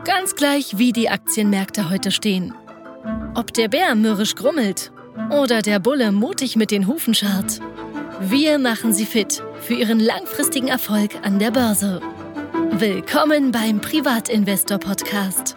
Ganz gleich, wie die Aktienmärkte heute stehen. Ob der Bär mürrisch grummelt oder der Bulle mutig mit den Hufen scharrt. Wir machen Sie fit für Ihren langfristigen Erfolg an der Börse. Willkommen beim Privatinvestor-Podcast.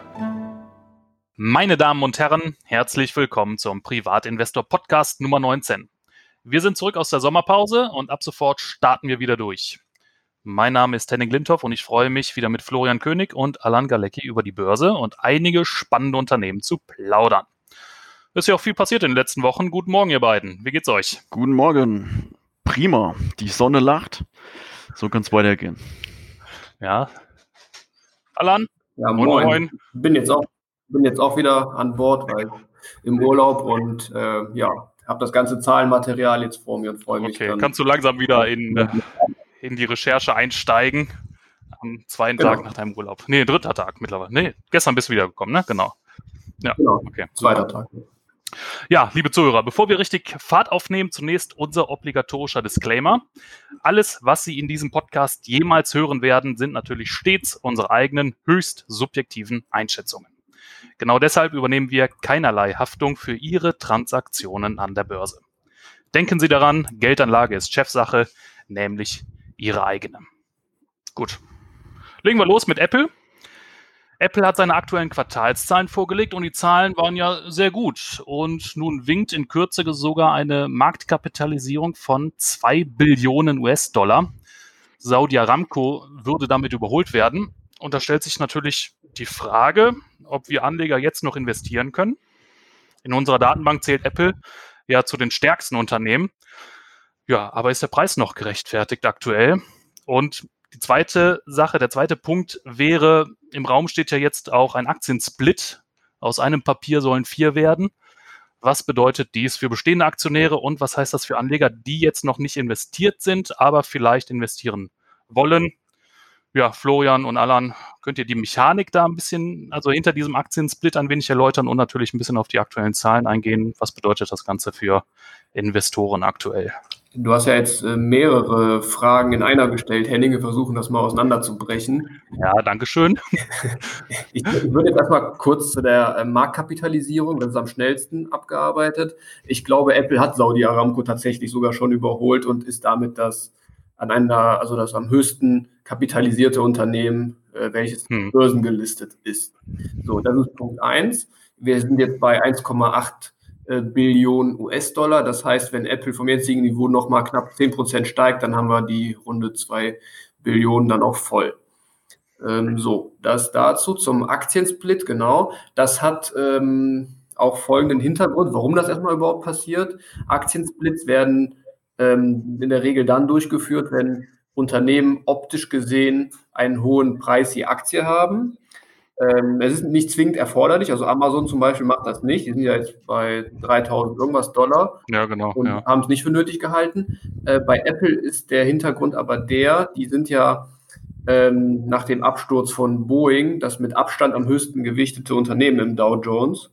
Meine Damen und Herren, herzlich willkommen zum Privatinvestor-Podcast Nummer 19. Wir sind zurück aus der Sommerpause und ab sofort starten wir wieder durch. Mein Name ist Henning Lindhoff und ich freue mich, wieder mit Florian König und Alan Galecki über die Börse und einige spannende Unternehmen zu plaudern. Ist ja auch viel passiert in den letzten Wochen. Guten Morgen, ihr beiden. Wie geht's euch? Guten Morgen. Prima. Die Sonne lacht. So kann es weitergehen. Ja. Alan? Ja, moin. Bin jetzt auch wieder an Bord, weil im Urlaub und habe das ganze Zahlenmaterial jetzt vor mir und freue mich. Okay, kannst du langsam wieder in die Recherche einsteigen am zweiten Tag nach deinem Urlaub. Nee, dritter Tag mittlerweile. Nee, gestern bist du wiedergekommen, ne? Genau. Ja, genau. Okay. Zweiter Tag. Ja, liebe Zuhörer, bevor wir richtig Fahrt aufnehmen, zunächst unser obligatorischer Disclaimer. Alles, was Sie in diesem Podcast jemals hören werden, sind natürlich stets unsere eigenen, höchst subjektiven Einschätzungen. Genau deshalb übernehmen wir keinerlei Haftung für Ihre Transaktionen an der Börse. Denken Sie daran, Geldanlage ist Chefsache, nämlich Ihre eigene. Gut, legen wir los mit Apple. Apple hat seine aktuellen Quartalszahlen vorgelegt und die Zahlen waren ja sehr gut. Und nun winkt in Kürze sogar eine Marktkapitalisierung von 2 Billionen US-Dollar. Saudi Aramco würde damit überholt werden. Und da stellt sich natürlich die Frage, ob wir Anleger jetzt noch investieren können. In unserer Datenbank zählt Apple ja zu den stärksten Unternehmen. Ja, aber ist der Preis noch gerechtfertigt aktuell? Und die zweite Sache, der zweite Punkt wäre, im Raum steht ja jetzt auch ein Aktiensplit. Aus einem Papier sollen 4 werden. Was bedeutet dies für bestehende Aktionäre und was heißt das für Anleger, die jetzt noch nicht investiert sind, aber vielleicht investieren wollen? Ja, Florian und Alan, könnt ihr die Mechanik da ein bisschen, also hinter diesem Aktiensplit ein wenig erläutern und natürlich ein bisschen auf die aktuellen Zahlen eingehen? Was bedeutet das Ganze für Investoren aktuell? Du hast ja jetzt mehrere Fragen in einer gestellt, Henning. Wir versuchen das mal auseinanderzubrechen. Ja, danke schön. Ich würde jetzt erstmal kurz zu der Marktkapitalisierung, das ist am schnellsten abgearbeitet. Ich glaube, Apple hat Saudi Aramco tatsächlich sogar schon überholt und ist damit das am höchsten kapitalisierte Unternehmen, welches börsengelistet ist. So, das ist Punkt 1. Wir sind jetzt bei 1,8 Billionen US-Dollar. Das heißt, wenn Apple vom jetzigen Niveau nochmal knapp 10% steigt, dann haben wir die runde 2 Billionen dann auch voll. Das dazu zum Aktiensplit, genau. Das hat auch folgenden Hintergrund, warum das erstmal überhaupt passiert. Aktiensplits werden in der Regel dann durchgeführt, wenn Unternehmen optisch gesehen einen hohen Preis je Aktie haben. Es ist nicht zwingend erforderlich, also Amazon zum Beispiel macht das nicht, die sind ja jetzt bei 3.000 irgendwas $, ja, genau, und haben es nicht für nötig gehalten. Bei Apple ist der Hintergrund aber die sind ja nach dem Absturz von Boeing das mit Abstand am höchsten gewichtete Unternehmen im Dow Jones,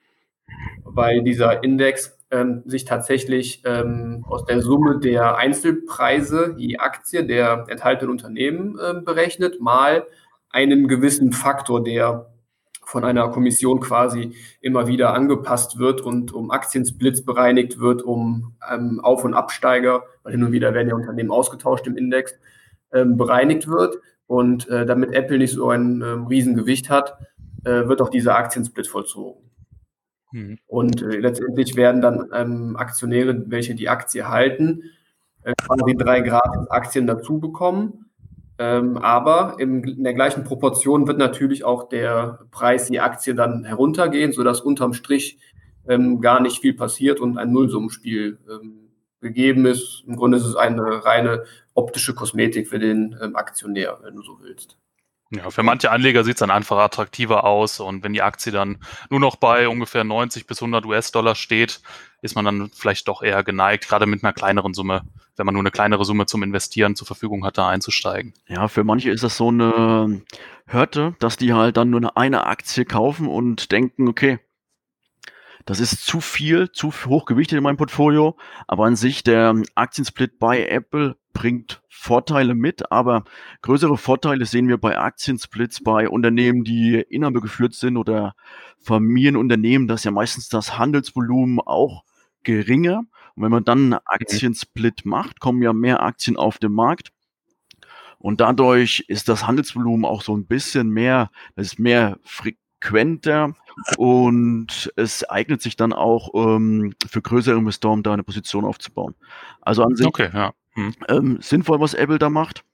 weil dieser Index sich tatsächlich aus der Summe der Einzelpreise je Aktie der enthaltenen Unternehmen berechnet, mal einen gewissen Faktor, der von einer Kommission quasi immer wieder angepasst wird und um Aktiensplits bereinigt wird, um Auf- und Absteiger, weil hin und wieder werden ja Unternehmen ausgetauscht im Index, bereinigt wird. Und damit Apple nicht so ein Riesengewicht hat, wird auch dieser Aktiensplit vollzogen. Und letztendlich werden dann Aktionäre, welche die Aktie halten, quasi 3 gratis Aktien dazu bekommen. Aber in der gleichen Proportion wird natürlich auch der Preis je Aktie dann heruntergehen, sodass unterm Strich gar nicht viel passiert und ein Nullsummenspiel gegeben ist. Im Grunde ist es eine reine optische Kosmetik für den Aktionär, wenn du so willst. Ja, für manche Anleger sieht es dann einfach attraktiver aus und wenn die Aktie dann nur noch bei ungefähr 90 bis 100 US-Dollar steht, ist man dann vielleicht doch eher geneigt, gerade mit einer kleineren Summe, wenn man nur eine kleinere Summe zum Investieren zur Verfügung hat, da einzusteigen. Ja, für manche ist das so eine Hürde, dass die halt dann nur eine Aktie kaufen und denken, okay, das ist zu viel, zu hoch gewichtet in meinem Portfolio, aber an sich der Aktiensplit bei Apple bringt Vorteile mit, aber größere Vorteile sehen wir bei Aktiensplits, bei Unternehmen, die inhabergeführt sind oder Familienunternehmen. Da ist ja meistens das Handelsvolumen auch geringer. Und wenn man dann einen Aktiensplit macht, kommen ja mehr Aktien auf den Markt. Und dadurch ist das Handelsvolumen auch so ein bisschen mehr, das ist mehr frequenter und es eignet sich dann auch für größere Investoren, da eine Position aufzubauen. Also an sich sinnvoll, was Apple da macht.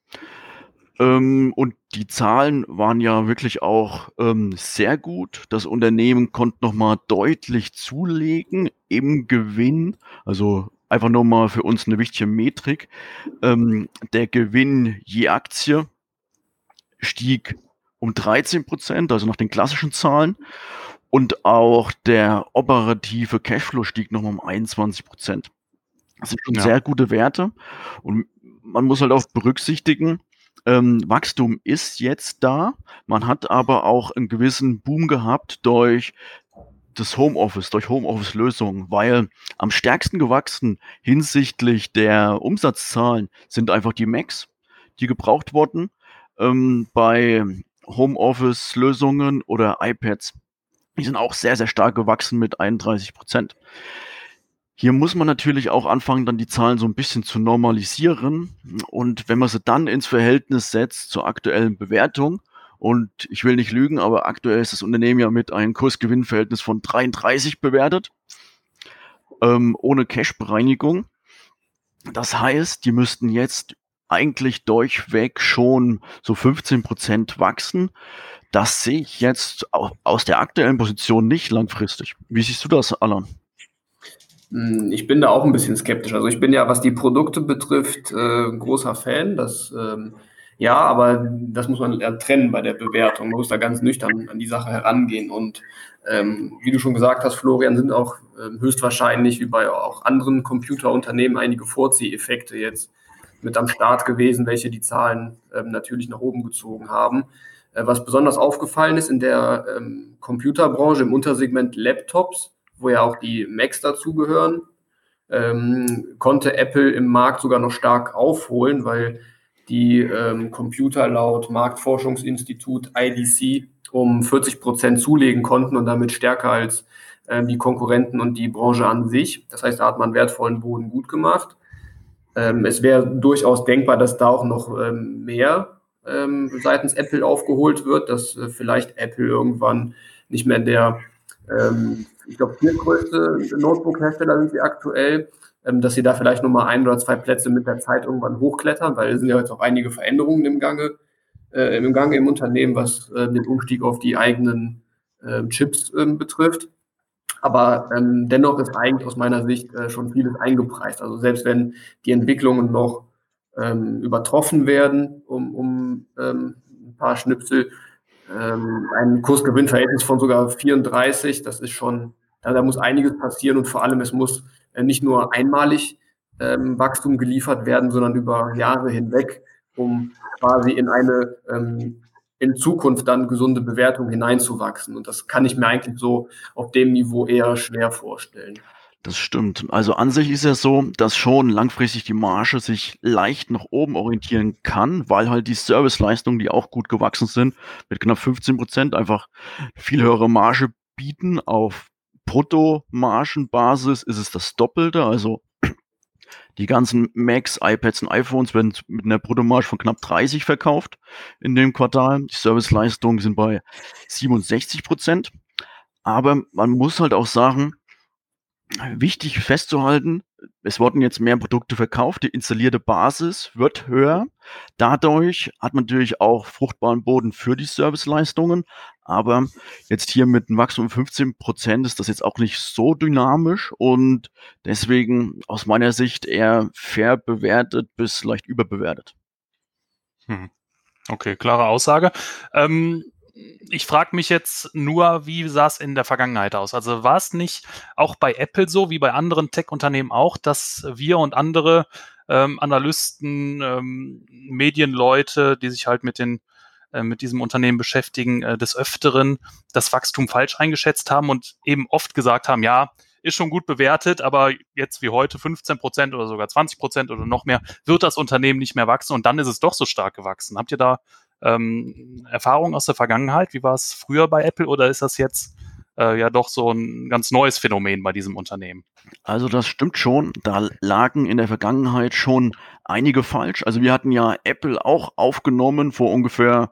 Und die Zahlen waren ja wirklich auch sehr gut. Das Unternehmen konnte nochmal deutlich zulegen im Gewinn. Also einfach nur mal für uns eine wichtige Metrik. Der Gewinn je Aktie stieg um 13%, also nach den klassischen Zahlen. Und auch der operative Cashflow stieg nochmal um 21%. Das sind schon sehr gute Werte. Und man muss halt auch berücksichtigen, Wachstum ist jetzt da. Man hat aber auch einen gewissen Boom gehabt durch das Homeoffice, durch Homeoffice-Lösungen, weil am stärksten gewachsen hinsichtlich der Umsatzzahlen sind einfach die Macs, die gebraucht wurden bei Homeoffice-Lösungen oder iPads. Die sind auch sehr, sehr stark gewachsen mit 31%. Hier muss man natürlich auch anfangen, dann die Zahlen so ein bisschen zu normalisieren. Und wenn man sie dann ins Verhältnis setzt zur aktuellen Bewertung, und ich will nicht lügen, aber aktuell ist das Unternehmen ja mit einem Kurs-Gewinn-Verhältnis von 33 bewertet, ohne Cash-Bereinigung. Das heißt, die müssten jetzt eigentlich durchweg schon so 15% wachsen. Das sehe ich jetzt aus der aktuellen Position nicht langfristig. Wie siehst du das, Alan? Ich bin da auch ein bisschen skeptisch. Also ich bin ja, was die Produkte betrifft, großer Fan. Aber das muss man trennen bei der Bewertung. Man muss da ganz nüchtern an die Sache herangehen. Und wie du schon gesagt hast, Florian, sind auch höchstwahrscheinlich, wie bei auch anderen Computerunternehmen, einige Vorzieheffekte jetzt mit am Start gewesen, welche die Zahlen natürlich nach oben gezogen haben. Was besonders aufgefallen ist in der Computerbranche im Untersegment Laptops, wo ja auch die Macs dazugehören, konnte Apple im Markt sogar noch stark aufholen, weil die Computer laut Marktforschungsinstitut IDC um 40% zulegen konnten und damit stärker als die Konkurrenten und die Branche an sich. Das heißt, da hat man wertvollen Boden gut gemacht. Es wäre durchaus denkbar, dass da auch noch mehr seitens Apple aufgeholt wird, dass vielleicht Apple irgendwann nicht mehr der ich glaube, viertgrößte Notebook-Hersteller sind sie aktuell, dass sie da vielleicht nochmal 1 oder 2 Plätze mit der Zeit irgendwann hochklettern, weil es sind ja jetzt auch einige Veränderungen im Gange im Unternehmen, was den Umstieg auf die eigenen Chips betrifft. Aber dennoch ist eigentlich aus meiner Sicht schon vieles eingepreist. Also selbst wenn die Entwicklungen noch übertroffen werden um ein paar Schnipsel, ein Kursgewinnverhältnis von sogar 34, das ist schon, da muss einiges passieren und vor allem es muss nicht nur einmalig Wachstum geliefert werden, sondern über Jahre hinweg, um quasi in eine in Zukunft dann gesunde Bewertung hineinzuwachsen. Und das kann ich mir eigentlich so auf dem Niveau eher schwer vorstellen. Das stimmt. Also an sich ist es so, dass schon langfristig die Marge sich leicht nach oben orientieren kann, weil halt die Serviceleistungen, die auch gut gewachsen sind, mit knapp 15% einfach viel höhere Marge bieten. Auf Bruttomargenbasis ist es das Doppelte. Also die ganzen Macs, iPads und iPhones werden mit einer Bruttomarge von knapp 30 verkauft in dem Quartal. Die Serviceleistungen sind bei 67%. Aber man muss halt auch sagen, wichtig festzuhalten, es wurden jetzt mehr Produkte verkauft, die installierte Basis wird höher. Dadurch hat man natürlich auch fruchtbaren Boden für die Serviceleistungen. Aber jetzt hier mit einem Wachstum um 15% ist das jetzt auch nicht so dynamisch und deswegen aus meiner Sicht eher fair bewertet bis leicht überbewertet. Okay, klare Aussage. Ich frage mich jetzt nur, wie sah es in der Vergangenheit aus? Also war es nicht auch bei Apple so, wie bei anderen Tech-Unternehmen auch, dass wir und andere Analysten, Medienleute, die sich halt mit diesem Unternehmen beschäftigen, des Öfteren das Wachstum falsch eingeschätzt haben und eben oft gesagt haben, ja, ist schon gut bewertet, aber jetzt wie heute 15% oder sogar 20% oder noch mehr, wird das Unternehmen nicht mehr wachsen und dann ist es doch so stark gewachsen. Habt ihr da Erfahrungen aus der Vergangenheit? Wie war es früher bei Apple oder ist das jetzt ja doch so ein ganz neues Phänomen bei diesem Unternehmen? Also das stimmt schon. Da lagen in der Vergangenheit schon einige falsch. Also wir hatten ja Apple auch aufgenommen vor ungefähr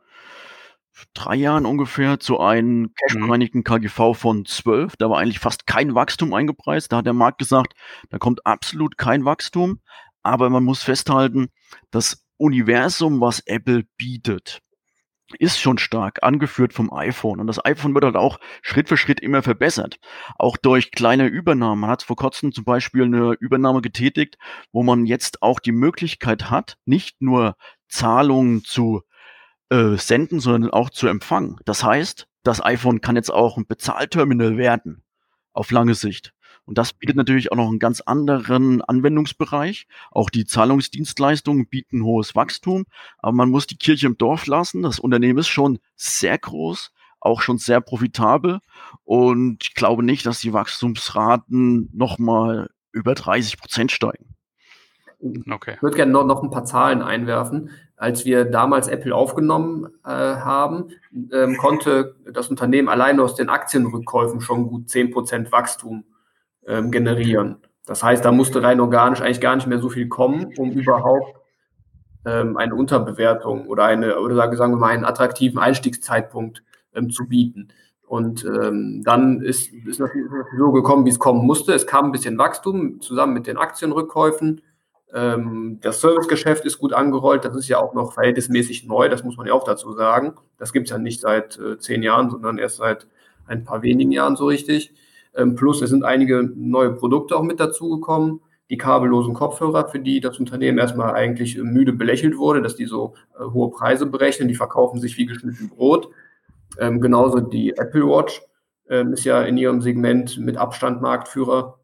3 Jahren ungefähr zu einem cashbereinigten KGV von 12. Da war eigentlich fast kein Wachstum eingepreist. Da hat der Markt gesagt, da kommt absolut kein Wachstum. Aber man muss festhalten, das Universum, was Apple bietet, ist schon stark, angeführt vom iPhone. Und das iPhone wird halt auch Schritt für Schritt immer verbessert. Auch durch kleine Übernahmen. Man hat vor kurzem zum Beispiel eine Übernahme getätigt, wo man jetzt auch die Möglichkeit hat, nicht nur Zahlungen zu senden, sondern auch zu empfangen. Das heißt, das iPhone kann jetzt auch ein Bezahlterminal werden, auf lange Sicht. Und das bietet natürlich auch noch einen ganz anderen Anwendungsbereich. Auch die Zahlungsdienstleistungen bieten hohes Wachstum, aber man muss die Kirche im Dorf lassen. Das Unternehmen ist schon sehr groß, auch schon sehr profitabel und ich glaube nicht, dass die Wachstumsraten nochmal über 30% steigen. Okay. Ich würde gerne noch ein paar Zahlen einwerfen. Als wir damals Apple aufgenommen haben, konnte das Unternehmen allein aus den Aktienrückkäufen schon gut 10% Wachstum generieren. Das heißt, da musste rein organisch eigentlich gar nicht mehr so viel kommen, um überhaupt eine Unterbewertung oder sagen wir mal einen attraktiven Einstiegszeitpunkt zu bieten. Und dann ist natürlich so gekommen, wie es kommen musste. Es kam ein bisschen Wachstum zusammen mit den Aktienrückkäufen. Das Servicegeschäft ist gut angerollt. Das ist ja auch noch verhältnismäßig neu. Das muss man ja auch dazu sagen. Das gibt es ja nicht seit 10 Jahren, sondern erst seit ein paar wenigen Jahren so richtig. Plus es sind einige neue Produkte auch mit dazugekommen. Die kabellosen Kopfhörer, für die das Unternehmen erstmal eigentlich müde belächelt wurde, dass die so hohe Preise berechnen. Die verkaufen sich wie geschnitten Brot. Genauso die Apple Watch ist ja in ihrem Segment mit Abstand Marktführer.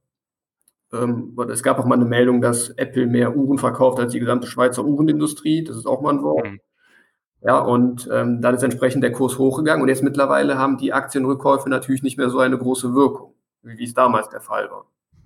Es gab auch mal eine Meldung, dass Apple mehr Uhren verkauft als die gesamte Schweizer Uhrenindustrie. Das ist auch mal ein Wort. Ja, und dann ist entsprechend der Kurs hochgegangen. Und jetzt mittlerweile haben die Aktienrückkäufe natürlich nicht mehr so eine große Wirkung, wie es damals der Fall war.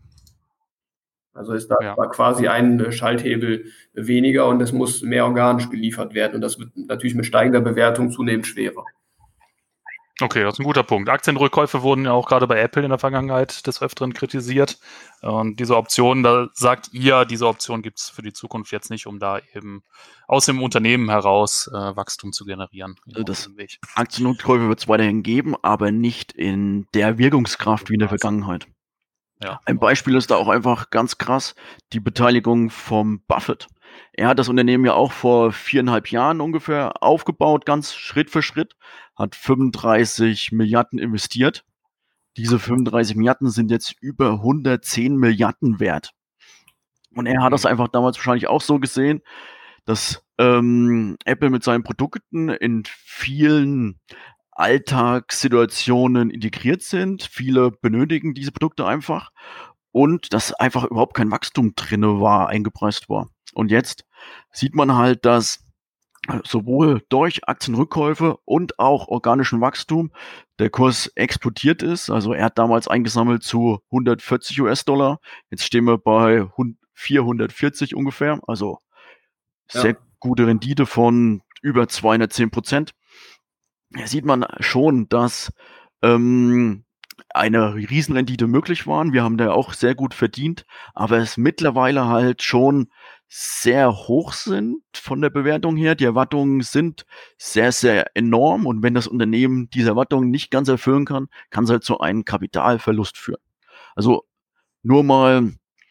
Also ist da quasi ein Schalthebel weniger und es muss mehr organisch geliefert werden. Und das wird natürlich mit steigender Bewertung zunehmend schwerer. Okay, das ist ein guter Punkt. Aktienrückkäufe wurden ja auch gerade bei Apple in der Vergangenheit des Öfteren kritisiert. Und diese Option, da sagt ihr, diese Option gibt es für die Zukunft jetzt nicht, um da eben aus dem Unternehmen heraus Wachstum zu generieren. Das Aktienrückkäufe wird es weiterhin geben, aber nicht in der Wirkungskraft wie in der Vergangenheit. Ja. Ein Beispiel ist da auch einfach ganz krass die Beteiligung vom Buffett. Er hat das Unternehmen ja auch vor 4,5 Jahren ungefähr aufgebaut, ganz Schritt für Schritt, hat 35 Milliarden investiert. Diese 35 Milliarden sind jetzt über 110 Milliarden wert. Und er hat das einfach damals wahrscheinlich auch so gesehen, dass Apple mit seinen Produkten in vielen Alltagssituationen integriert sind. Viele benötigen diese Produkte einfach und dass einfach überhaupt kein Wachstum drinne war, eingepreist war. Und jetzt sieht man halt, dass sowohl durch Aktienrückkäufe und auch organischen Wachstum der Kurs explodiert ist. Also er hat damals eingesammelt zu 140 US-Dollar. Jetzt stehen wir bei 440 ungefähr. Also sehr gute Rendite von über 210%. Da sieht man schon, dass eine Riesenrendite möglich war. Wir haben da auch sehr gut verdient, aber es mittlerweile halt schon sehr hoch sind von der Bewertung her. Die Erwartungen sind sehr, sehr enorm und wenn das Unternehmen diese Erwartungen nicht ganz erfüllen kann, kann es halt zu einem Kapitalverlust führen. Also nur mal,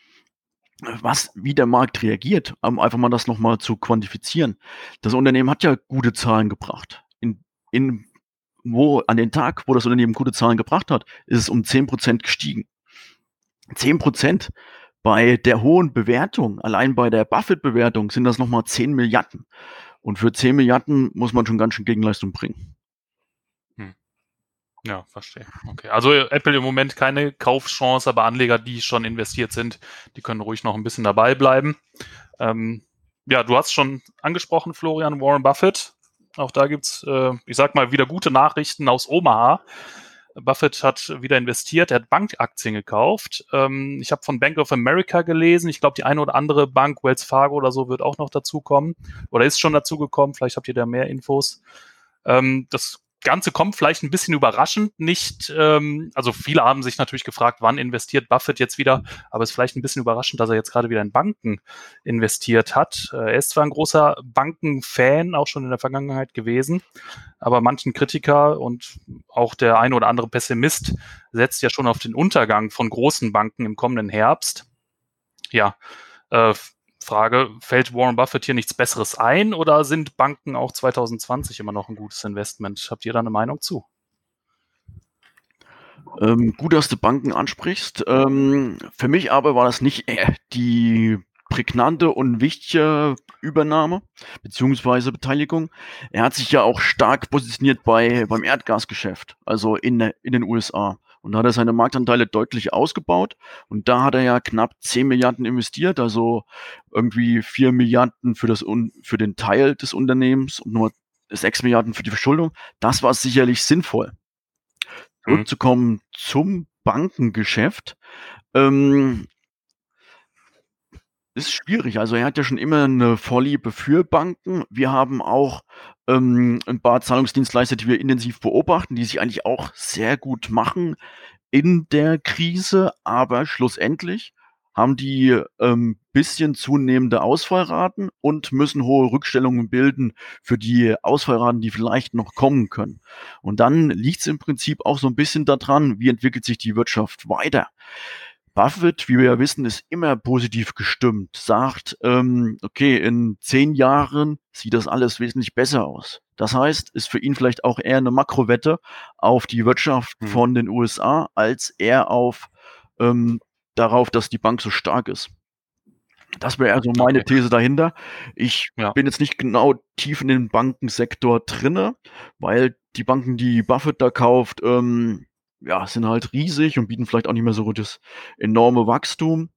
wie der Markt reagiert, um einfach mal das nochmal zu quantifizieren. Das Unternehmen hat ja gute Zahlen gebracht. An den Tag, wo das Unternehmen gute Zahlen gebracht hat, ist es um 10% gestiegen. 10% bei der hohen Bewertung, allein bei der Buffett-Bewertung sind das nochmal 10 Milliarden. Und für 10 Milliarden muss man schon ganz schön Gegenleistung bringen. Ja, verstehe. Okay. Also Apple im Moment keine Kaufchance, aber Anleger, die schon investiert sind, die können ruhig noch ein bisschen dabei bleiben. Ja, du hast schon angesprochen, Florian, Warren Buffett. Auch da gibt's, ich sag mal, wieder gute Nachrichten aus Omaha. Buffett hat wieder investiert, er hat Bankaktien gekauft. Ich habe von Bank of America gelesen. Ich glaube, die eine oder andere Bank, Wells Fargo oder so, wird auch noch dazukommen oder ist schon dazugekommen. Vielleicht habt ihr da mehr Infos. Das Ganze kommt vielleicht ein bisschen überraschend, nicht, also viele haben sich natürlich gefragt, wann investiert Buffett jetzt wieder, aber es ist vielleicht ein bisschen überraschend, dass er jetzt gerade wieder in Banken investiert hat. Er ist zwar ein großer Bankenfan, auch schon in der Vergangenheit gewesen, aber manchen Kritiker und auch der eine oder andere Pessimist setzt ja schon auf den Untergang von großen Banken im kommenden Herbst. Ja, Frage, fällt Warren Buffett hier nichts Besseres ein oder sind Banken auch 2020 immer noch ein gutes Investment? Habt ihr da eine Meinung zu? Gut, dass du Banken ansprichst. Für mich aber war das nicht die prägnante und wichtige Übernahme beziehungsweise Beteiligung. Er hat sich ja auch stark positioniert beim Erdgasgeschäft, also in den USA. Und da hat er seine Marktanteile deutlich ausgebaut. Und da hat er ja knapp 10 Milliarden investiert, also irgendwie 4 Milliarden für den Teil des Unternehmens und nur 6 Milliarden für die Verschuldung. Das war sicherlich sinnvoll. Zurückzukommen zum Bankengeschäft. Ist schwierig. Also er hat ja schon immer eine Vorliebe für Banken. Wir haben auch ein paar Zahlungsdienstleister, die wir intensiv beobachten, die sich eigentlich auch sehr gut machen in der Krise, aber schlussendlich haben die bisschen zunehmende Ausfallraten und müssen hohe Rückstellungen bilden für die Ausfallraten, die vielleicht noch kommen können. Und dann liegt es im Prinzip auch so ein bisschen daran, wie entwickelt sich die Wirtschaft weiter. Buffett, wie wir ja wissen, ist immer positiv gestimmt, sagt, okay, in 10 Jahren sieht das alles wesentlich besser aus. Das heißt, ist für ihn vielleicht auch eher eine Makrowette auf die Wirtschaft von den USA, als eher auf darauf, dass die Bank so stark ist. Das wäre also meine These dahinter. Ich bin jetzt nicht genau tief in den Bankensektor drinne, weil die Banken, die Buffett da kauft, sind halt riesig und bieten vielleicht auch nicht mehr so das enorme Wachstum.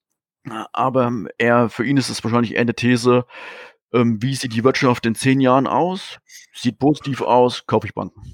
Aber für ihn ist es wahrscheinlich eher eine These, wie sieht die Wirtschaft in 10 Jahren aus? Sieht positiv aus, kaufe ich Banken.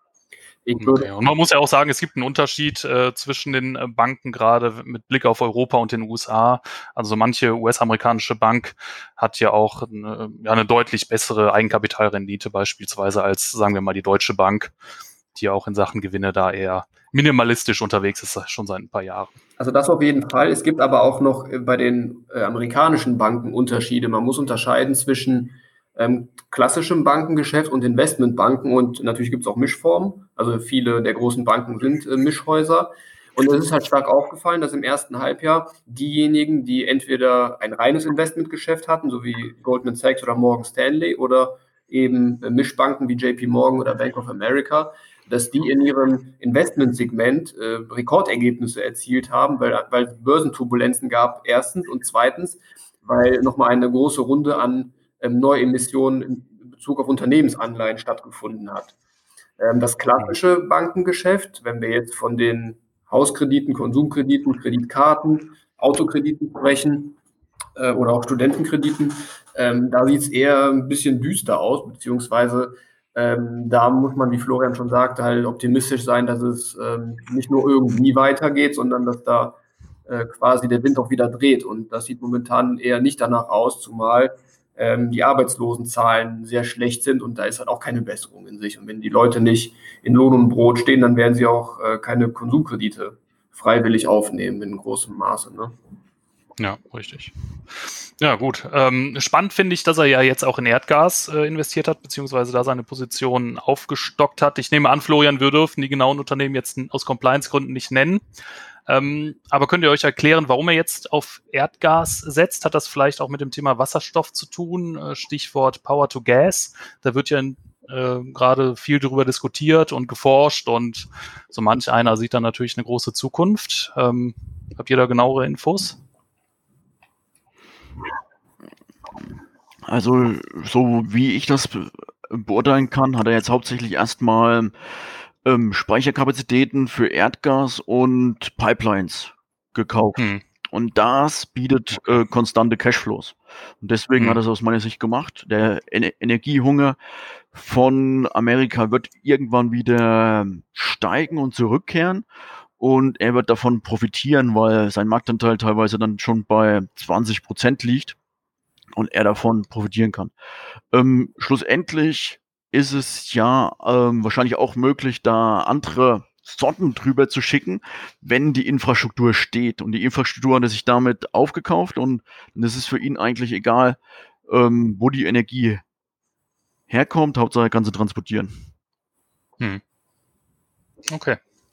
Okay. Und man muss ja auch sagen, es gibt einen Unterschied zwischen den Banken, gerade mit Blick auf Europa und den USA. Also manche US-amerikanische Bank hat ja auch eine deutlich bessere Eigenkapitalrendite beispielsweise als, sagen wir mal, die Deutsche Bank, die ja auch in Sachen Gewinne da eher minimalistisch unterwegs ist, schon seit ein paar Jahren. Also das auf jeden Fall. Es gibt aber auch noch bei den amerikanischen Banken Unterschiede. Man muss unterscheiden zwischen klassischem Bankengeschäft und Investmentbanken und natürlich gibt es auch Mischformen. Also viele der großen Banken sind Mischhäuser. Und es ist halt stark aufgefallen, dass im ersten Halbjahr diejenigen, die entweder ein reines Investmentgeschäft hatten, so wie Goldman Sachs oder Morgan Stanley oder eben Mischbanken wie JP Morgan oder Bank of America, dass die in ihrem Investmentsegment Rekordergebnisse erzielt haben, weil es Börsenturbulenzen gab, erstens, und zweitens, weil nochmal eine große Runde an Neuemissionen in Bezug auf Unternehmensanleihen stattgefunden hat. Das klassische Bankengeschäft, wenn wir jetzt von den Hauskrediten, Konsumkrediten, Kreditkarten, Autokrediten sprechen oder auch Studentenkrediten, da sieht es eher ein bisschen düster aus, beziehungsweise da muss man, wie Florian schon sagte, halt optimistisch sein, dass es nicht nur irgendwie weitergeht, sondern dass da quasi der Wind auch wieder dreht. Und das sieht momentan eher nicht danach aus, zumal die Arbeitslosenzahlen sehr schlecht sind und da ist halt auch keine Besserung in sich. Und wenn die Leute nicht in Lohn und Brot stehen, dann werden sie auch keine Konsumkredite freiwillig aufnehmen in großem Maße. Ne? Ja, richtig. Ja, gut. Spannend finde ich, dass er ja jetzt auch in Erdgas investiert hat, beziehungsweise da seine Position aufgestockt hat. Ich nehme an, Florian, wir dürfen die genauen Unternehmen jetzt aus Compliance-Gründen nicht nennen. Aber könnt ihr euch erklären, warum er jetzt auf Erdgas setzt? Hat das vielleicht auch mit dem Thema Wasserstoff zu tun? Stichwort Power to Gas. Da wird ja gerade viel darüber diskutiert und geforscht und so manch einer sieht da natürlich eine große Zukunft. Habt ihr da genauere Infos? Also, so wie ich das beurteilen kann, hat er jetzt hauptsächlich erstmal Speicherkapazitäten für Erdgas und Pipelines gekauft. Und das bietet konstante Cashflows. Und deswegen hat er es aus meiner Sicht gemacht. Der Energiehunger von Amerika wird irgendwann wieder steigen und zurückkehren. Und er wird davon profitieren, weil sein Marktanteil teilweise dann schon bei 20% liegt und er davon profitieren kann. Schlussendlich ist es ja wahrscheinlich auch möglich, da andere Sorten drüber zu schicken, wenn die Infrastruktur steht. Und die Infrastruktur hat er sich damit aufgekauft und es ist für ihn eigentlich egal, wo die Energie herkommt. Hauptsache er kann sie transportieren. Okay.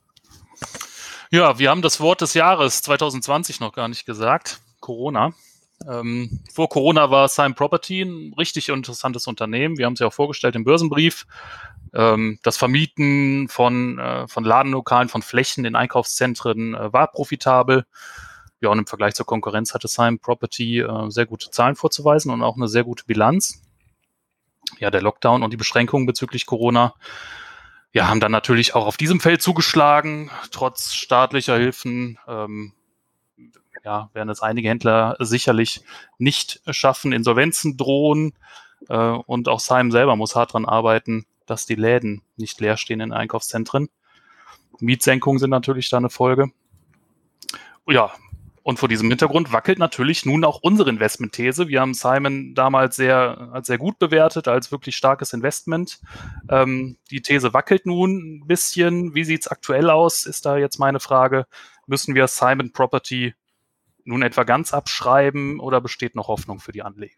Ja, wir haben das Wort des Jahres 2020 noch gar nicht gesagt. Corona. Vor Corona war Simon Property ein richtig interessantes Unternehmen. Wir haben es ja auch vorgestellt im Börsenbrief. Das Vermieten von Ladenlokalen, von Flächen in Einkaufszentren war profitabel. Ja, und im Vergleich zur Konkurrenz hatte Simon Property sehr gute Zahlen vorzuweisen und auch eine sehr gute Bilanz. Ja, der Lockdown und die Beschränkungen bezüglich Corona haben dann natürlich auch auf diesem Feld zugeschlagen, trotz staatlicher Hilfen. Werden es einige Händler sicherlich nicht schaffen, Insolvenzen drohen. Und auch Simon selber muss hart daran arbeiten, dass die Läden nicht leer stehen in Einkaufszentren. Mietsenkungen sind natürlich da eine Folge. Ja, und vor diesem Hintergrund wackelt natürlich nun auch unsere Investmentthese. Wir haben Simon damals als sehr gut bewertet, als wirklich starkes Investment. Die These wackelt nun ein bisschen. Wie sieht es aktuell aus, ist da jetzt meine Frage. Müssen wir Simon Property nun etwa ganz abschreiben oder besteht noch Hoffnung für die Anleger?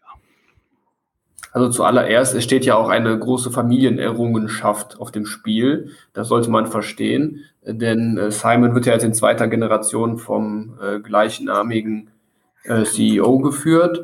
Also zuallererst, es steht ja auch eine große Familienerrungenschaft auf dem Spiel. Das sollte man verstehen, denn Simon wird ja jetzt in zweiter Generation vom gleichnamigen CEO geführt.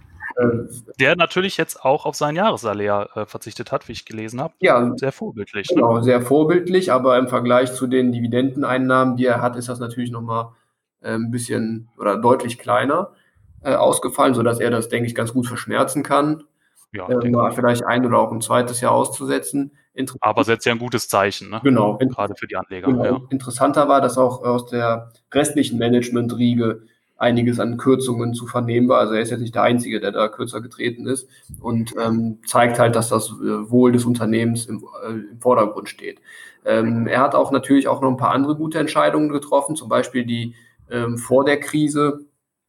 Der natürlich jetzt auch auf sein Jahressalär verzichtet hat, wie ich gelesen habe. Ja, sehr vorbildlich. Genau, ne? sehr vorbildlich, aber im Vergleich zu den Dividendeneinnahmen, die er hat, ist das natürlich nochmal ein bisschen oder deutlich kleiner ausgefallen, sodass er das, denke ich, ganz gut verschmerzen kann. Ja, vielleicht ein oder auch ein zweites Jahr auszusetzen. Aber setzt ja ein gutes Zeichen, ne? Genau. Gerade für die Anleger. Genau. Ja. Interessanter war, dass auch aus der restlichen Management-Riege einiges an Kürzungen zu vernehmen war. Also er ist jetzt nicht der Einzige, der da kürzer getreten ist und zeigt halt, dass das Wohl des Unternehmens im Vordergrund steht. Er hat auch natürlich auch noch ein paar andere gute Entscheidungen getroffen, zum Beispiel die vor der Krise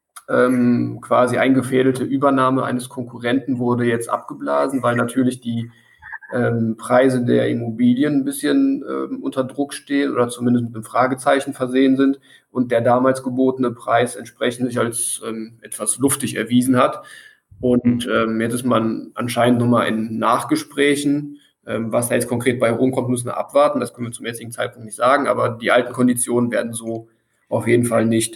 quasi eingefädelte Übernahme eines Konkurrenten wurde jetzt abgeblasen, weil natürlich die Preise der Immobilien ein bisschen unter Druck stehen oder zumindest mit einem Fragezeichen versehen sind und der damals gebotene Preis entsprechend sich als etwas luftig erwiesen hat. Und jetzt ist man anscheinend nochmal in Nachgesprächen. Was da jetzt konkret bei rumkommt, müssen wir abwarten. Das können wir zum jetzigen Zeitpunkt nicht sagen, aber die alten Konditionen werden so auf jeden Fall nicht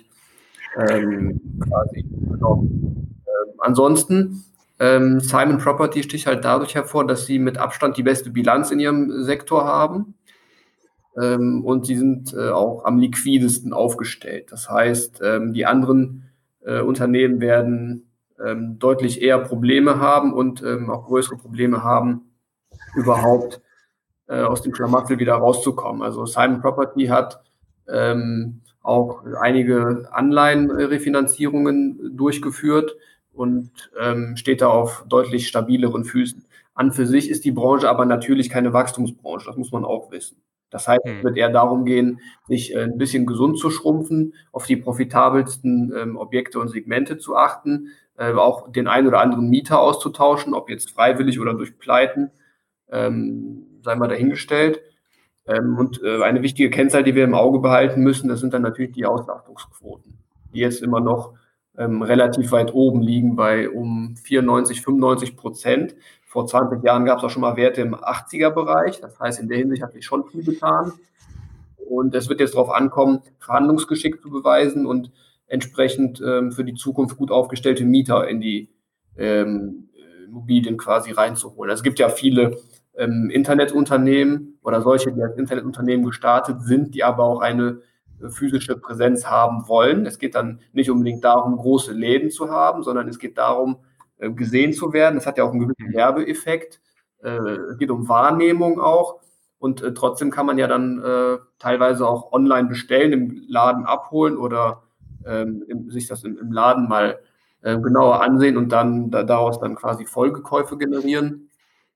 quasi genommen. Ansonsten Simon Property sticht halt dadurch hervor, dass sie mit Abstand die beste Bilanz in ihrem Sektor haben und sie sind auch am liquidesten aufgestellt. Das heißt, die anderen Unternehmen werden deutlich eher Probleme haben und auch größere Probleme haben, überhaupt aus dem Schlamassel wieder rauszukommen. Also Simon Property hat auch einige Anleihenrefinanzierungen durchgeführt und steht da auf deutlich stabileren Füßen. An für sich ist die Branche aber natürlich keine Wachstumsbranche, das muss man auch wissen. Das heißt, es wird eher darum gehen, sich ein bisschen gesund zu schrumpfen, auf die profitabelsten Objekte und Segmente zu achten, auch den einen oder anderen Mieter auszutauschen, ob jetzt freiwillig oder durch Pleiten, sei mal dahingestellt. Und eine wichtige Kennzahl, die wir im Auge behalten müssen, das sind dann natürlich die Auslastungsquoten, die jetzt immer noch relativ weit oben liegen bei um 94-95%. Vor 20 Jahren gab es auch schon mal Werte im 80er-Bereich. Das heißt, in der Hinsicht hat sich schon viel getan. Und es wird jetzt darauf ankommen, Verhandlungsgeschick zu beweisen und entsprechend für die Zukunft gut aufgestellte Mieter in die Immobilien quasi reinzuholen. Also es gibt ja viele Internetunternehmen oder solche, die als Internetunternehmen gestartet sind, die aber auch eine physische Präsenz haben wollen. Es geht dann nicht unbedingt darum, große Läden zu haben, sondern es geht darum, gesehen zu werden. Das hat ja auch einen gewissen Werbeeffekt. Es geht um Wahrnehmung auch. Und trotzdem kann man ja dann teilweise auch online bestellen, im Laden abholen oder sich das im Laden mal genauer ansehen und dann daraus dann quasi Folgekäufe generieren.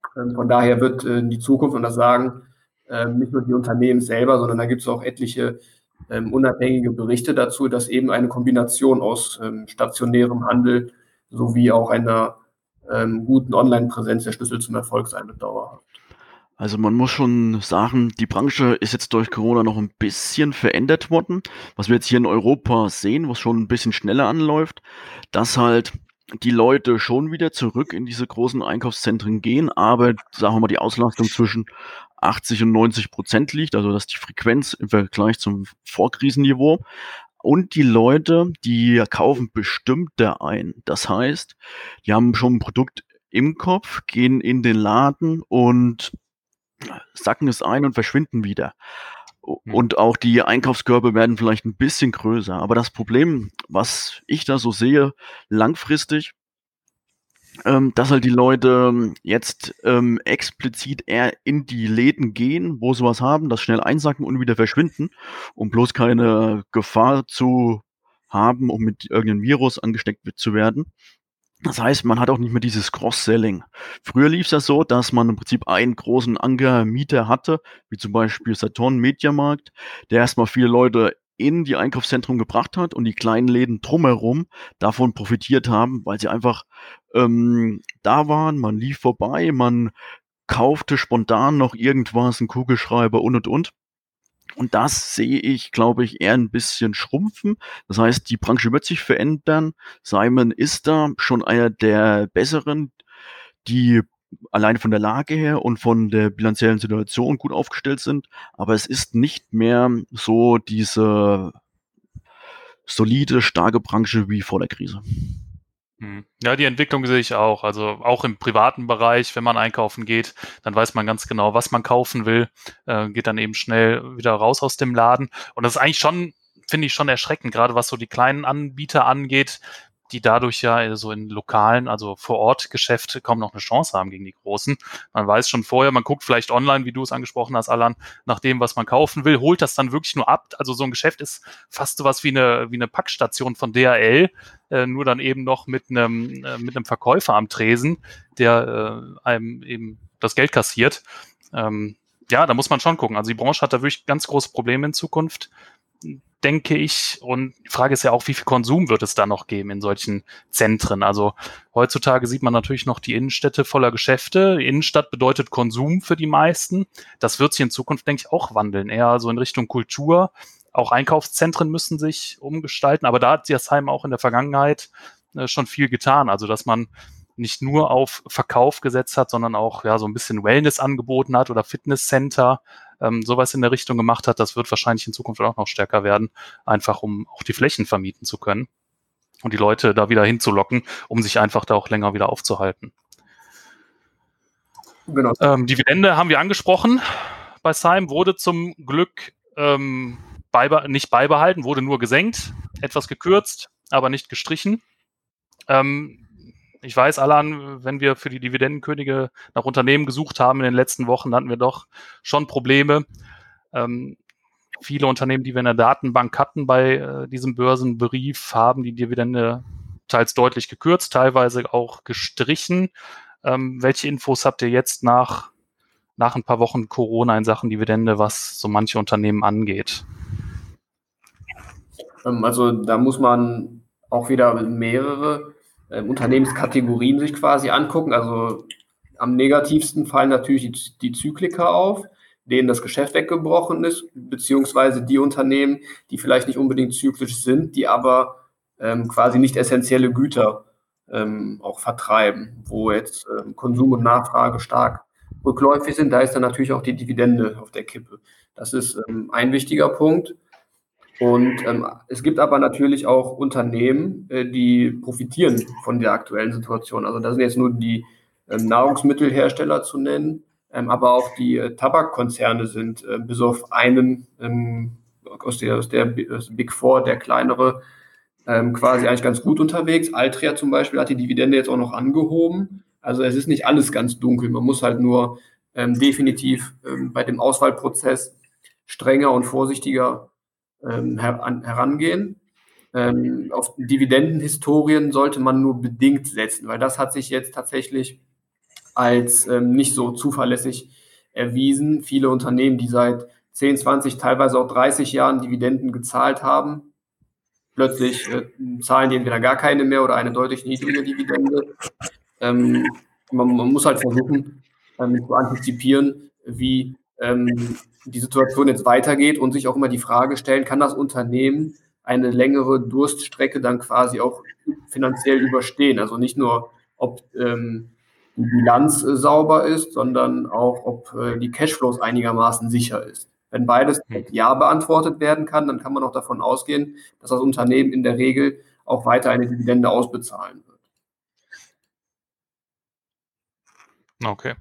Von daher wird die Zukunft, und das sagen nicht nur die Unternehmen selber, sondern da gibt es auch etliche unabhängige Berichte dazu, dass eben eine Kombination aus stationärem Handel sowie auch einer guten Online-Präsenz der Schlüssel zum Erfolg sein wird dauerhaft. Also man muss schon sagen, die Branche ist jetzt durch Corona noch ein bisschen verändert worden. Was wir jetzt hier in Europa sehen, was schon ein bisschen schneller anläuft, dass halt die Leute schon wieder zurück in diese großen Einkaufszentren gehen, aber sagen wir mal, die Auslastung zwischen 80 und 90% liegt, also dass die Frequenz im Vergleich zum Vorkrisenniveau. Und die Leute, die kaufen bestimmter ein. Das heißt, die haben schon ein Produkt im Kopf, gehen in den Laden und sacken es ein und verschwinden wieder. Und auch die Einkaufskörbe werden vielleicht ein bisschen größer. Aber das Problem, was ich da so sehe, langfristig, dass halt die Leute jetzt explizit eher in die Läden gehen, wo sie was haben, das schnell einsacken und wieder verschwinden, um bloß keine Gefahr zu haben, um mit irgendeinem Virus angesteckt zu werden. Das heißt, man hat auch nicht mehr dieses Cross-Selling. Früher lief es ja so, dass man im Prinzip einen großen Ankermieter hatte, wie zum Beispiel Saturn Mediamarkt, der erstmal viele Leute in die Einkaufszentren gebracht hat und die kleinen Läden drumherum davon profitiert haben, weil sie einfach da waren, man lief vorbei, man kaufte spontan noch irgendwas, einen Kugelschreiber und. Und das sehe ich, glaube ich, eher ein bisschen schrumpfen. Das heißt, die Branche wird sich verändern. Simon ist da schon einer der Besseren, die alleine von der Lage her und von der bilanziellen Situation gut aufgestellt sind. Aber es ist nicht mehr so diese solide, starke Branche wie vor der Krise. Ja, die Entwicklung sehe ich auch. Also auch im privaten Bereich, wenn man einkaufen geht, dann weiß man ganz genau, was man kaufen will, geht dann eben schnell wieder raus aus dem Laden. Und das ist eigentlich schon, finde ich, schon erschreckend, gerade was so die kleinen Anbieter angeht, die dadurch ja so in lokalen, also vor Ort Geschäfte kaum noch eine Chance haben gegen die Großen. Man weiß schon vorher, man guckt vielleicht online, wie du es angesprochen hast, Alan, nach dem, was man kaufen will, holt das dann wirklich nur ab. Also so ein Geschäft ist fast sowas wie eine Packstation von DHL, nur dann eben noch mit einem Verkäufer am Tresen, der einem eben das Geld kassiert. Ja, da muss man schon gucken. Also die Branche hat da wirklich ganz große Probleme in Zukunft, denke ich. Und die Frage ist ja auch, wie viel Konsum wird es da noch geben in solchen Zentren? Also heutzutage sieht man natürlich noch die Innenstädte voller Geschäfte. Innenstadt bedeutet Konsum für die meisten. Das wird sich in Zukunft, denke ich, auch wandeln. Eher so in Richtung Kultur. Auch Einkaufszentren müssen sich umgestalten. Aber da hat Jasheim auch in der Vergangenheit schon viel getan. Also dass man nicht nur auf Verkauf gesetzt hat, sondern auch ja so ein bisschen Wellness angeboten hat oder Fitnesscenter, sowas in der Richtung gemacht hat. Das wird wahrscheinlich in Zukunft auch noch stärker werden, einfach um auch die Flächen vermieten zu können und die Leute da wieder hinzulocken, um sich einfach da auch länger wieder aufzuhalten. Genau. Dividende haben wir angesprochen. Bei Simon wurde zum Glück nicht beibehalten, wurde nur gesenkt, etwas gekürzt, aber nicht gestrichen. Ich weiß, Alan, wenn wir für die Dividendenkönige nach Unternehmen gesucht haben in den letzten Wochen, hatten wir doch schon Probleme. Viele Unternehmen, die wir in der Datenbank hatten bei diesem Börsenbrief, haben die Dividende teils deutlich gekürzt, teilweise auch gestrichen. Welche Infos habt ihr jetzt nach ein paar Wochen Corona in Sachen Dividende, was so manche Unternehmen angeht? Also da muss man auch wieder mehrere Unternehmenskategorien sich quasi angucken. Also am negativsten fallen natürlich die Zykliker auf, denen das Geschäft weggebrochen ist, beziehungsweise die Unternehmen, die vielleicht nicht unbedingt zyklisch sind, die aber quasi nicht essentielle Güter auch vertreiben, wo jetzt Konsum und Nachfrage stark rückläufig sind. Da ist dann natürlich auch die Dividende auf der Kippe. Das ist ein wichtiger Punkt. Und es gibt aber natürlich auch Unternehmen, die profitieren von der aktuellen Situation. Also da sind jetzt nur die Nahrungsmittelhersteller zu nennen, aber auch die Tabakkonzerne sind bis auf einen aus der Big Four, der kleinere, quasi eigentlich ganz gut unterwegs. Altria zum Beispiel hat die Dividende jetzt auch noch angehoben. Also es ist nicht alles ganz dunkel. Man muss halt nur definitiv bei dem Auswahlprozess strenger und vorsichtiger herangehen. Auf Dividendenhistorien sollte man nur bedingt setzen, weil das hat sich jetzt tatsächlich als nicht so zuverlässig erwiesen. Viele Unternehmen, die seit 10, 20, teilweise auch 30 Jahren Dividenden gezahlt haben, plötzlich zahlen die entweder gar keine mehr oder eine deutlich niedrige Dividende. Man muss halt versuchen, zu antizipieren, wie die Situation jetzt weitergeht und sich auch immer die Frage stellen, kann das Unternehmen eine längere Durststrecke dann quasi auch finanziell überstehen? Also nicht nur, ob die Bilanz sauber ist, sondern auch, ob die Cashflows einigermaßen sicher ist. Wenn beides mit Ja beantwortet werden kann, dann kann man auch davon ausgehen, dass das Unternehmen in der Regel auch weiter eine Dividende ausbezahlen wird. Okay.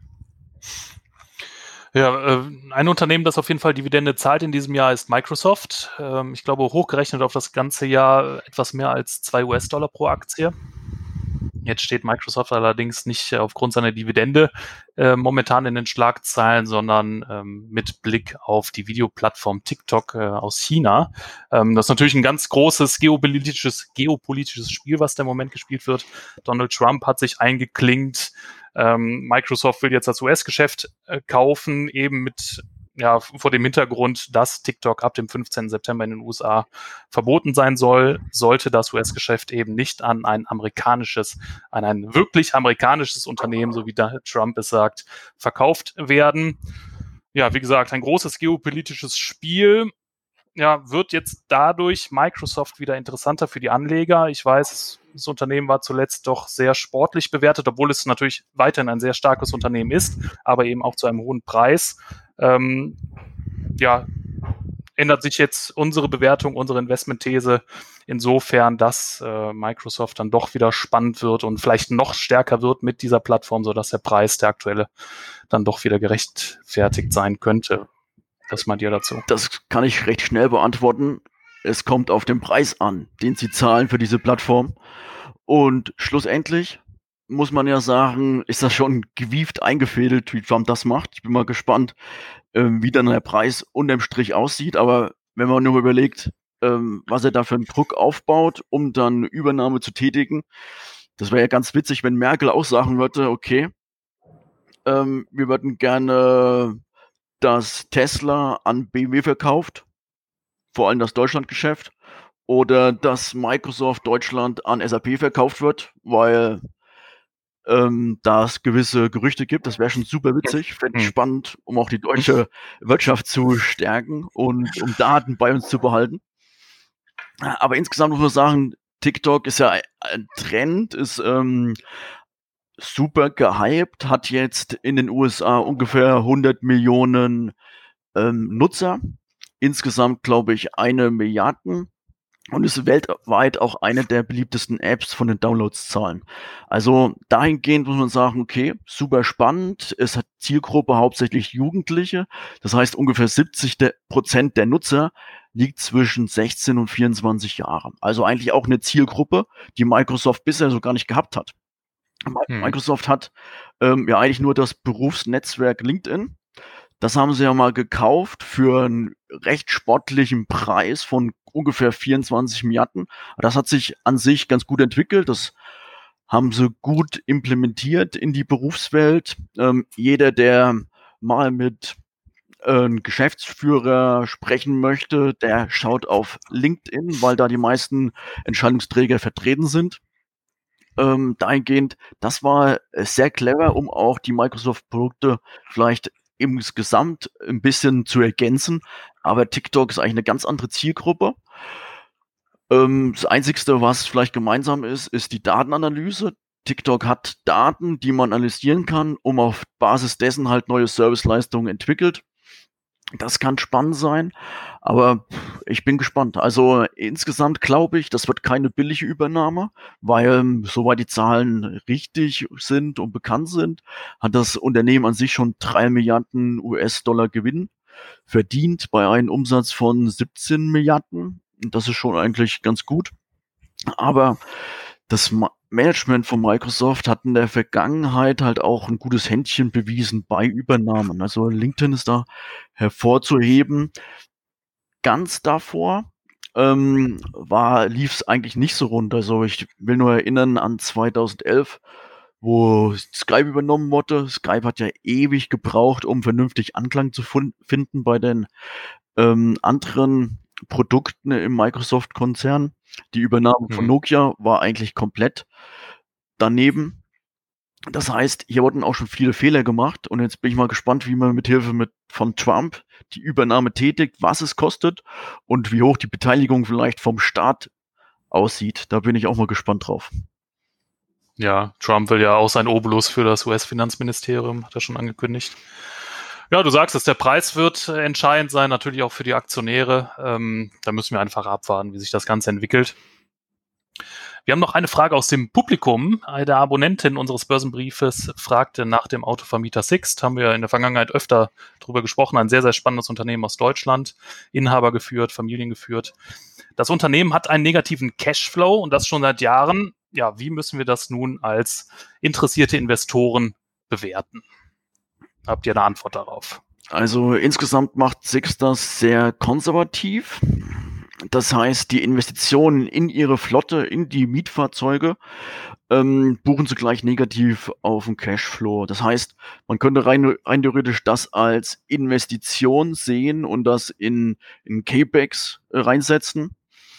Ja, ein Unternehmen, das auf jeden Fall Dividende zahlt in diesem Jahr, ist Microsoft. Ich glaube, hochgerechnet auf das ganze Jahr etwas mehr als $2 pro Aktie. Jetzt steht Microsoft allerdings nicht aufgrund seiner Dividende momentan in den Schlagzeilen, sondern mit Blick auf die Videoplattform TikTok aus China. Das ist natürlich ein ganz großes geopolitisches Spiel, was da im Moment gespielt wird. Donald Trump hat sich eingeklinkt. Microsoft will jetzt das US-Geschäft kaufen, eben mit vor dem Hintergrund, dass TikTok ab dem 15. September in den USA verboten sein sollte das US-Geschäft eben nicht an ein wirklich amerikanisches Unternehmen, so wie Trump es sagt, verkauft werden. Ja, wie gesagt, ein großes geopolitisches Spiel. Ja, wird jetzt dadurch Microsoft wieder interessanter für die Anleger. Ich weiß, das Unternehmen war zuletzt doch sehr sportlich bewertet, obwohl es natürlich weiterhin ein sehr starkes Unternehmen ist, aber eben auch zu einem hohen Preis. Ändert sich jetzt unsere Bewertung, unsere Investmentthese insofern, dass Microsoft dann doch wieder spannend wird und vielleicht noch stärker wird mit dieser Plattform, sodass der Preis, der aktuelle, dann doch wieder gerechtfertigt sein könnte. Das mal dir dazu. Das kann ich recht schnell beantworten. Es kommt auf den Preis an, den sie zahlen für diese Plattform. Und schlussendlich muss man ja sagen, ist das schon gewieft eingefädelt, wie Trump das macht. Ich bin mal gespannt, wie dann der Preis unterm Strich aussieht. Aber wenn man nur überlegt, was er da für einen Druck aufbaut, um dann Übernahme zu tätigen, das wäre ja ganz witzig, wenn Merkel auch sagen würde, okay, wir würden gerne, dass Tesla an BMW verkauft, vor allem das Deutschlandgeschäft, oder dass Microsoft Deutschland an SAP verkauft wird, weil da es gewisse Gerüchte gibt. Das wäre schon super witzig, fände ich spannend, um auch die deutsche Wirtschaft zu stärken und um Daten bei uns zu behalten. Aber insgesamt muss man sagen, TikTok ist ja ein Trend, ist super gehypt, hat jetzt in den USA ungefähr 100 Millionen Nutzer. Insgesamt, glaube ich, 1 Milliarde. Und ist weltweit auch eine der beliebtesten Apps von den Downloadszahlen. Also dahingehend muss man sagen, okay, super spannend. Es hat Zielgruppe hauptsächlich Jugendliche. Das heißt, ungefähr 70% der Nutzer liegt zwischen 16 und 24 Jahren. Also eigentlich auch eine Zielgruppe, die Microsoft bisher so gar nicht gehabt hat. Microsoft hat eigentlich nur das Berufsnetzwerk LinkedIn. Das haben sie ja mal gekauft für einen recht sportlichen Preis von ungefähr 24 Milliarden. Das hat sich an sich ganz gut entwickelt. Das haben sie gut implementiert in die Berufswelt. Jeder, der mal mit einem Geschäftsführer sprechen möchte, der schaut auf LinkedIn, weil da die meisten Entscheidungsträger vertreten sind. Dahingehend, das war sehr clever, um auch die Microsoft-Produkte vielleicht insgesamt ein bisschen zu ergänzen. Aber TikTok ist eigentlich eine ganz andere Zielgruppe. Das Einzigste, was vielleicht gemeinsam ist die Datenanalyse. TikTok hat Daten, die man analysieren kann, um auf Basis dessen halt neue Serviceleistungen entwickelt. Das kann spannend sein, aber ich bin gespannt. Also insgesamt glaube ich, das wird keine billige Übernahme, weil soweit die Zahlen richtig sind und bekannt sind, hat das Unternehmen an sich schon 3 Milliarden US-Dollar Gewinn verdient bei einem Umsatz von 17 Milliarden. Das ist schon eigentlich ganz gut. Aber das Management von Microsoft hat in der Vergangenheit halt auch ein gutes Händchen bewiesen bei Übernahmen. Also LinkedIn ist da hervorzuheben. Ganz davor lief es eigentlich nicht so rund. Also ich will nur erinnern an 2011, wo Skype übernommen wurde. Skype hat ja ewig gebraucht, um vernünftig Anklang zu finden bei den anderen Produkten im Microsoft-Konzern. Die Übernahme von Nokia war eigentlich komplett daneben. Das heißt, hier wurden auch schon viele Fehler gemacht und jetzt bin ich mal gespannt, wie man mithilfe von Trump die Übernahme tätigt, was es kostet und wie hoch die Beteiligung vielleicht vom Staat aussieht. Da bin ich auch mal gespannt drauf. Ja, Trump will ja auch sein Obolus für das US-Finanzministerium, hat er schon angekündigt. Ja, du sagst es, der Preis wird entscheidend sein, natürlich auch für die Aktionäre. Da müssen wir einfach abwarten, wie sich das Ganze entwickelt. Wir haben noch eine Frage aus dem Publikum. Eine Abonnentin unseres Börsenbriefes fragte nach dem Autovermieter Sixt. Haben wir in der Vergangenheit öfter drüber gesprochen. Ein sehr, sehr spannendes Unternehmen aus Deutschland. Inhaber geführt, Familien geführt. Das Unternehmen hat einen negativen Cashflow und das schon seit Jahren. Ja, wie müssen wir das nun als interessierte Investoren bewerten? Habt ihr eine Antwort darauf? Also insgesamt macht Sixt das sehr konservativ. Das heißt, die Investitionen in ihre Flotte, in die Mietfahrzeuge, buchen sie gleich negativ auf den Cashflow. Das heißt, man könnte rein theoretisch das als Investition sehen und das in CapEx reinsetzen.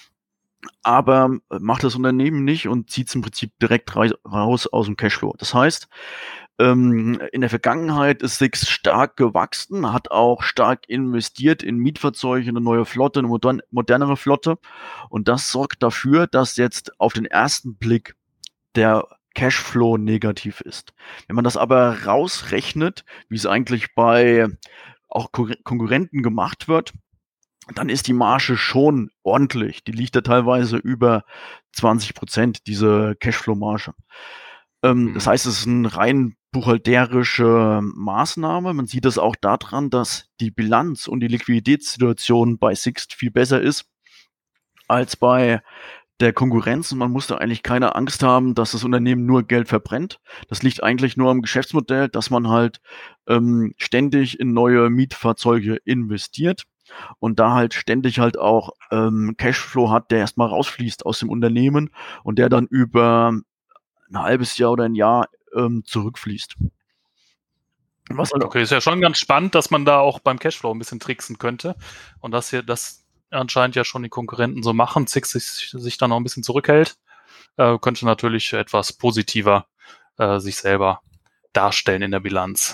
Aber macht das Unternehmen nicht und zieht es im Prinzip direkt raus aus dem Cashflow. Das heißt, in der Vergangenheit ist Sixt stark gewachsen, hat auch stark investiert in Mietfahrzeuge, eine neue Flotte, eine modernere Flotte. Und das sorgt dafür, dass jetzt auf den ersten Blick der Cashflow negativ ist. Wenn man das aber rausrechnet, wie es eigentlich bei auch Konkurrenten gemacht wird, dann ist die Marge schon ordentlich. Die liegt da teilweise über 20%, diese Cashflow-Marge. Das heißt, es ist eine rein buchhalterische Maßnahme. Man sieht das auch daran, dass die Bilanz und die Liquiditätssituation bei Sixt viel besser ist als bei der Konkurrenz. Und man muss da eigentlich keine Angst haben, dass das Unternehmen nur Geld verbrennt. Das liegt eigentlich nur am Geschäftsmodell, dass man halt ständig in neue Mietfahrzeuge investiert und da halt ständig halt auch Cashflow hat, der erstmal rausfließt aus dem Unternehmen und der dann über ein halbes Jahr oder ein Jahr zurückfließt. Okay, ist ja schon ganz spannend, dass man da auch beim Cashflow ein bisschen tricksen könnte und das anscheinend ja schon die Konkurrenten so machen, Sixt sich dann auch ein bisschen zurückhält, könnte natürlich etwas positiver sich selber darstellen in der Bilanz.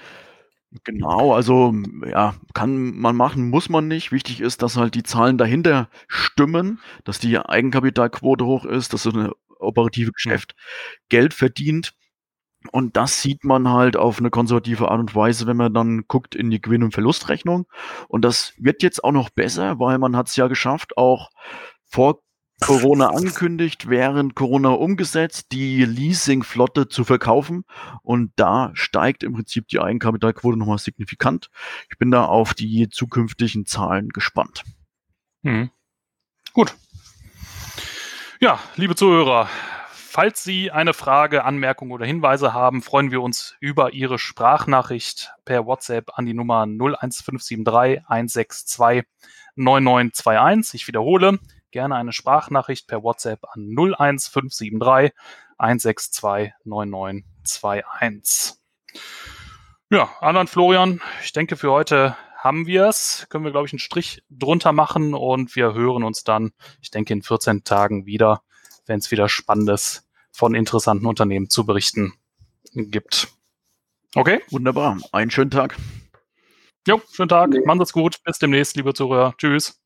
Genau, also ja, kann man machen, muss man nicht. Wichtig ist, dass halt die Zahlen dahinter stimmen, dass die Eigenkapitalquote hoch ist, dass so eine operative Geschäft Geld verdient. Und das sieht man halt auf eine konservative Art und Weise, wenn man dann guckt in die Gewinn- und Verlustrechnung. Und das wird jetzt auch noch besser, weil man hat es ja geschafft, auch vor Corona angekündigt, während Corona umgesetzt, die Leasingflotte zu verkaufen. Und da steigt im Prinzip die Eigenkapitalquote nochmal signifikant. Ich bin da auf die zukünftigen Zahlen gespannt. Gut. Ja, liebe Zuhörer, falls Sie eine Frage, Anmerkung oder Hinweise haben, freuen wir uns über Ihre Sprachnachricht per WhatsApp an die Nummer 01573 162 9921. Ich wiederhole, gerne eine Sprachnachricht per WhatsApp an 01573 162 9921. Ja, Alan, Florian, ich denke, für heute haben wir es. Können wir, glaube ich, einen Strich drunter machen und wir hören uns dann, ich denke, in 14 Tagen wieder, wenn es wieder Spannendes von interessanten Unternehmen zu berichten gibt. Okay? Wunderbar. Einen schönen Tag. Jo, schönen Tag. Machen Sie es gut. Bis demnächst, liebe Zuhörer. Tschüss.